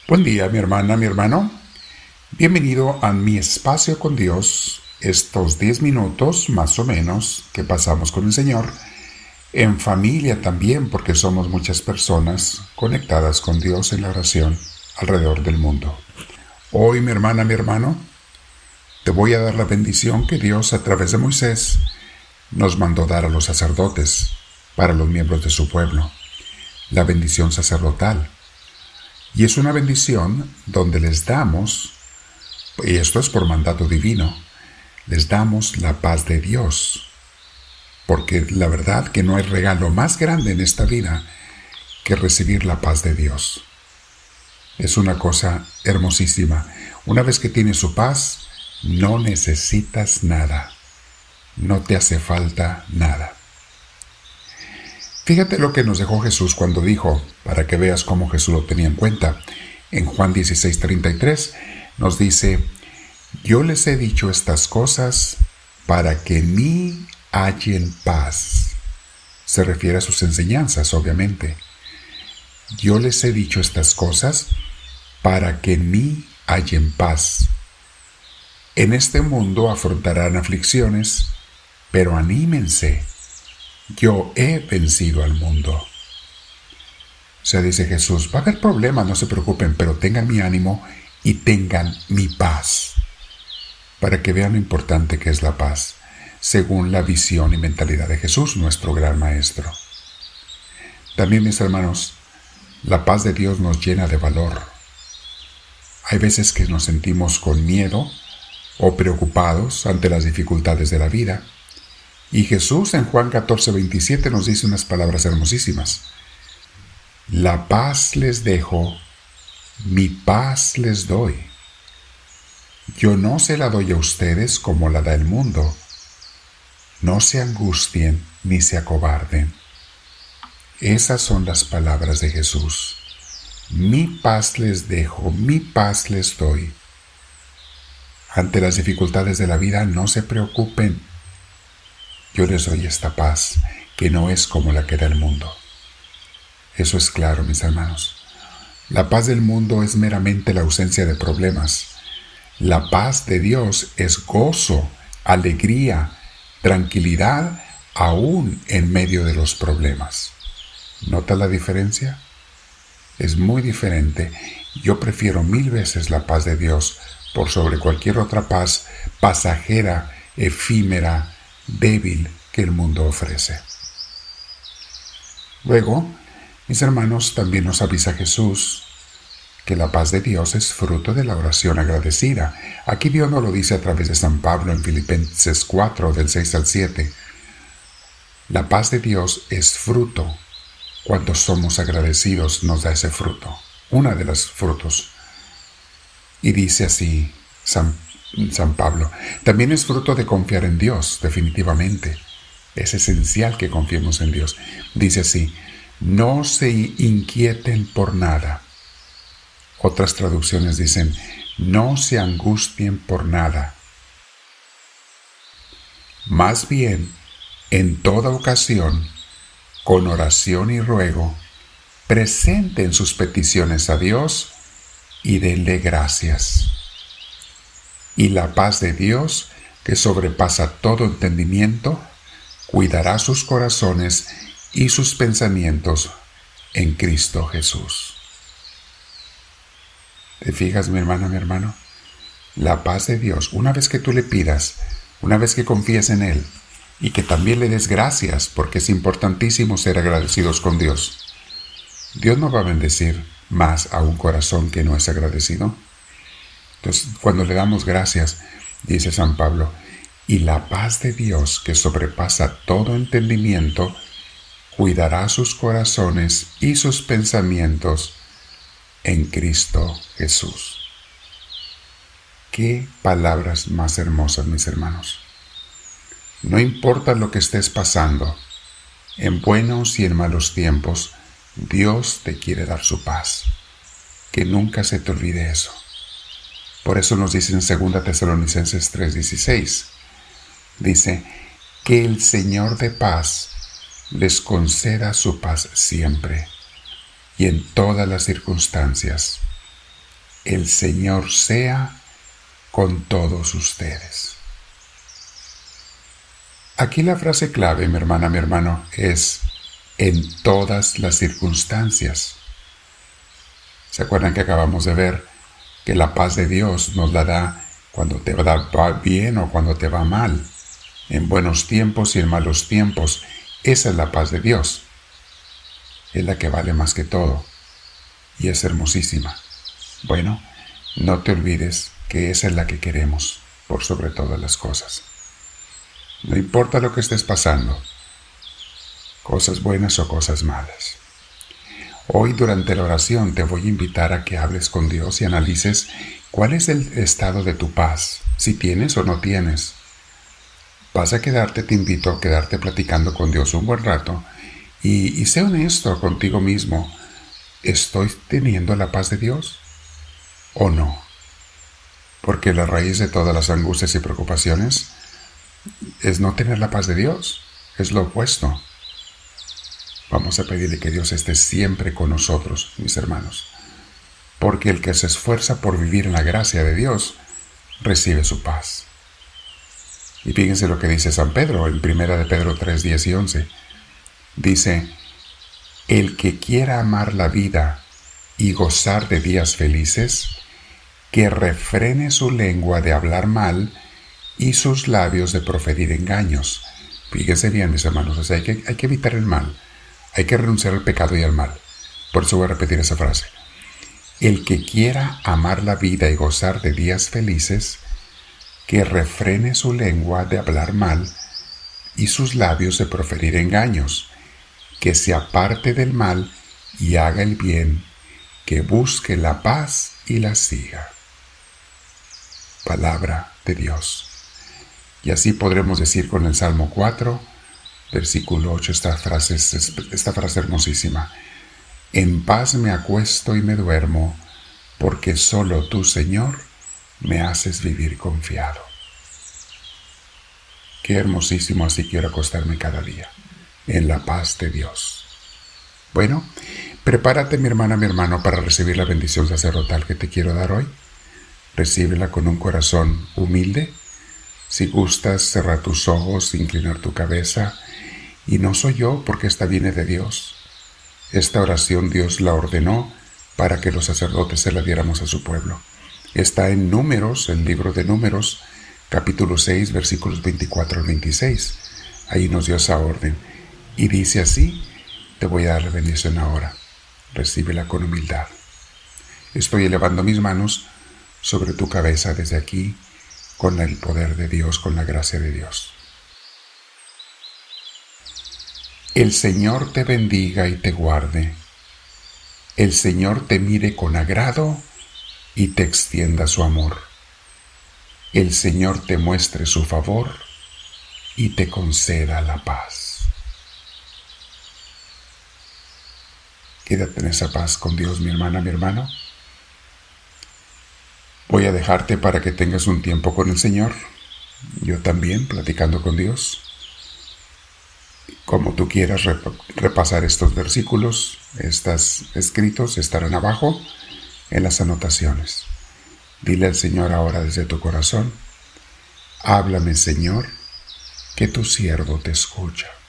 Buen día, mi hermana, mi hermano. Bienvenido a mi espacio con Dios, estos 10 minutos más o menos que pasamos con el Señor, en familia también, porque somos muchas personas conectadas con Dios en la oración alrededor del mundo. Hoy, mi hermana, mi hermano, te voy a dar la bendición que Dios a través de Moisés nos mandó dar a los sacerdotes para los miembros de su pueblo, la bendición sacerdotal. Y es una bendición donde les damos, y esto es por mandato divino, les damos la paz de Dios. Porque la verdad que no hay regalo más grande en esta vida que recibir la paz de Dios. Es una cosa hermosísima. Una vez que tienes su paz, no necesitas nada. No te hace falta nada. Fíjate lo que nos dejó Jesús cuando dijo, para que veas cómo Jesús lo tenía en cuenta. En Juan 16:33 nos dice, yo les he dicho estas cosas para que en mí hallen paz. Se refiere a sus enseñanzas, obviamente. Yo les he dicho estas cosas para que en mí hallen paz. En este mundo afrontarán aflicciones, pero anímense. Yo he vencido al mundo. O sea, dice Jesús, va a haber problemas, no se preocupen, pero tengan mi ánimo y tengan mi paz. Para que vean lo importante que es la paz, según la visión y mentalidad de Jesús, nuestro gran maestro. También, mis hermanos, la paz de Dios nos llena de valor. Hay veces que nos sentimos con miedo o preocupados ante las dificultades de la vida. Y Jesús en Juan 14:27 nos dice unas palabras hermosísimas. La paz les dejo, mi paz les doy. Yo no se la doy a ustedes como la da el mundo. No se angustien ni se acobarden. Esas son las palabras de Jesús. Mi paz les dejo, mi paz les doy. Ante las dificultades de la vida no se preocupen. Yo les doy esta paz, que no es como la que da el mundo. Eso es claro, mis hermanos. La paz del mundo es meramente la ausencia de problemas. La paz de Dios es gozo, alegría, tranquilidad, aún en medio de los problemas. ¿Nota la diferencia? Es muy diferente. Yo prefiero 1000 veces la paz de Dios por sobre cualquier otra paz pasajera, efímera, débil que el mundo ofrece. Luego, mis hermanos, también nos avisa Jesús que la paz de Dios es fruto de la oración agradecida. Aquí Dios nos lo dice a través de San Pablo en Filipenses 4, del 6 al 7. La paz de Dios es fruto. Cuando somos agradecidos nos da ese fruto, una de los frutos. Y dice así San Pablo, también es fruto de confiar en Dios, definitivamente. Es esencial que confiemos en Dios. Dice así, no se inquieten por nada. Otras traducciones dicen, no se angustien por nada. Más bien, en toda ocasión, con oración y ruego, presenten sus peticiones a Dios y denle gracias. Y la paz de Dios, que sobrepasa todo entendimiento, cuidará sus corazones y sus pensamientos en Cristo Jesús. ¿Te fijas, mi hermana, mi hermano? La paz de Dios, una vez que tú le pidas, una vez que confíes en Él, y que también le des gracias, porque es importantísimo ser agradecidos con Dios. Dios no va a bendecir más a un corazón que no es agradecido. Entonces, cuando le damos gracias, dice San Pablo, y la paz de Dios, que sobrepasa todo entendimiento, cuidará sus corazones y sus pensamientos en Cristo Jesús. Qué palabras más hermosas, mis hermanos. No importa lo que estés pasando, en buenos y en malos tiempos, Dios te quiere dar su paz. Que nunca se te olvide eso. Por eso nos dice en 2 Tesalonicenses 3:16, dice, que el Señor de paz les conceda su paz siempre y en todas las circunstancias. El Señor sea con todos ustedes. Aquí la frase clave, mi hermana, mi hermano, es en todas las circunstancias. ¿Se acuerdan que acabamos de ver que la paz de Dios nos la da cuando te va bien o cuando te va mal? En buenos tiempos y en malos tiempos. Esa es la paz de Dios. Es la que vale más que todo. Y es hermosísima. Bueno, no te olvides que esa es la que queremos, por sobre todas las cosas. No importa lo que estés pasando, cosas buenas o cosas malas. Hoy durante la oración te voy a invitar a que hables con Dios y analices cuál es el estado de tu paz, si tienes o no tienes. Te invito a quedarte platicando con Dios un buen rato y sé honesto contigo mismo. ¿Estoy teniendo la paz de Dios o no? Porque la raíz de todas las angustias y preocupaciones es no tener la paz de Dios, es lo opuesto. Vamos a pedirle que Dios esté siempre con nosotros, mis hermanos, porque el que se esfuerza por vivir en la gracia de Dios recibe su paz. Y fíjense lo que dice San Pedro en 1 de Pedro 3, 10 y 11. Dice, el que quiera amar la vida y gozar de días felices, que refrene su lengua de hablar mal y sus labios de proferir engaños. Fíjense bien, mis hermanos, o sea, hay que evitar el mal, hay que renunciar al pecado y al mal. Por eso voy a repetir esa frase. El que quiera amar la vida y gozar de días felices, que refrene su lengua de hablar mal y sus labios de proferir engaños, que se aparte del mal y haga el bien, que busque la paz y la siga. Palabra de Dios. Y así podremos decir con el Salmo 4, versículo 8, esta frase hermosísima. En paz me acuesto y me duermo, porque solo tú, Señor, me haces vivir confiado. Qué hermosísimo, así quiero acostarme cada día, en la paz de Dios. Bueno, prepárate, mi hermana, mi hermano, para recibir la bendición sacerdotal que te quiero dar hoy. Recíbela con un corazón humilde. Si gustas, cerrar tus ojos, inclinar tu cabeza. Y no soy yo, porque esta viene de Dios. Esta oración Dios la ordenó para que los sacerdotes se la diéramos a su pueblo. Está en Números, el libro de Números, capítulo 6, versículos 24 al 26. Ahí nos dio esa orden. Y dice así, te voy a dar la bendición ahora. Recíbela con humildad. Estoy elevando mis manos sobre tu cabeza desde aquí, con el poder de Dios, con la gracia de Dios. El Señor te bendiga y te guarde. El Señor te mire con agrado y te extienda su amor. El Señor te muestre su favor y te conceda la paz. Quédate en esa paz con Dios, mi hermana, mi hermano. Voy a dejarte para que tengas un tiempo con el Señor. Yo también, platicando con Dios. Como tú quieras repasar estos versículos, estos escritos estarán abajo en las anotaciones. Dile al Señor ahora desde tu corazón, háblame, Señor, que tu siervo te escucha.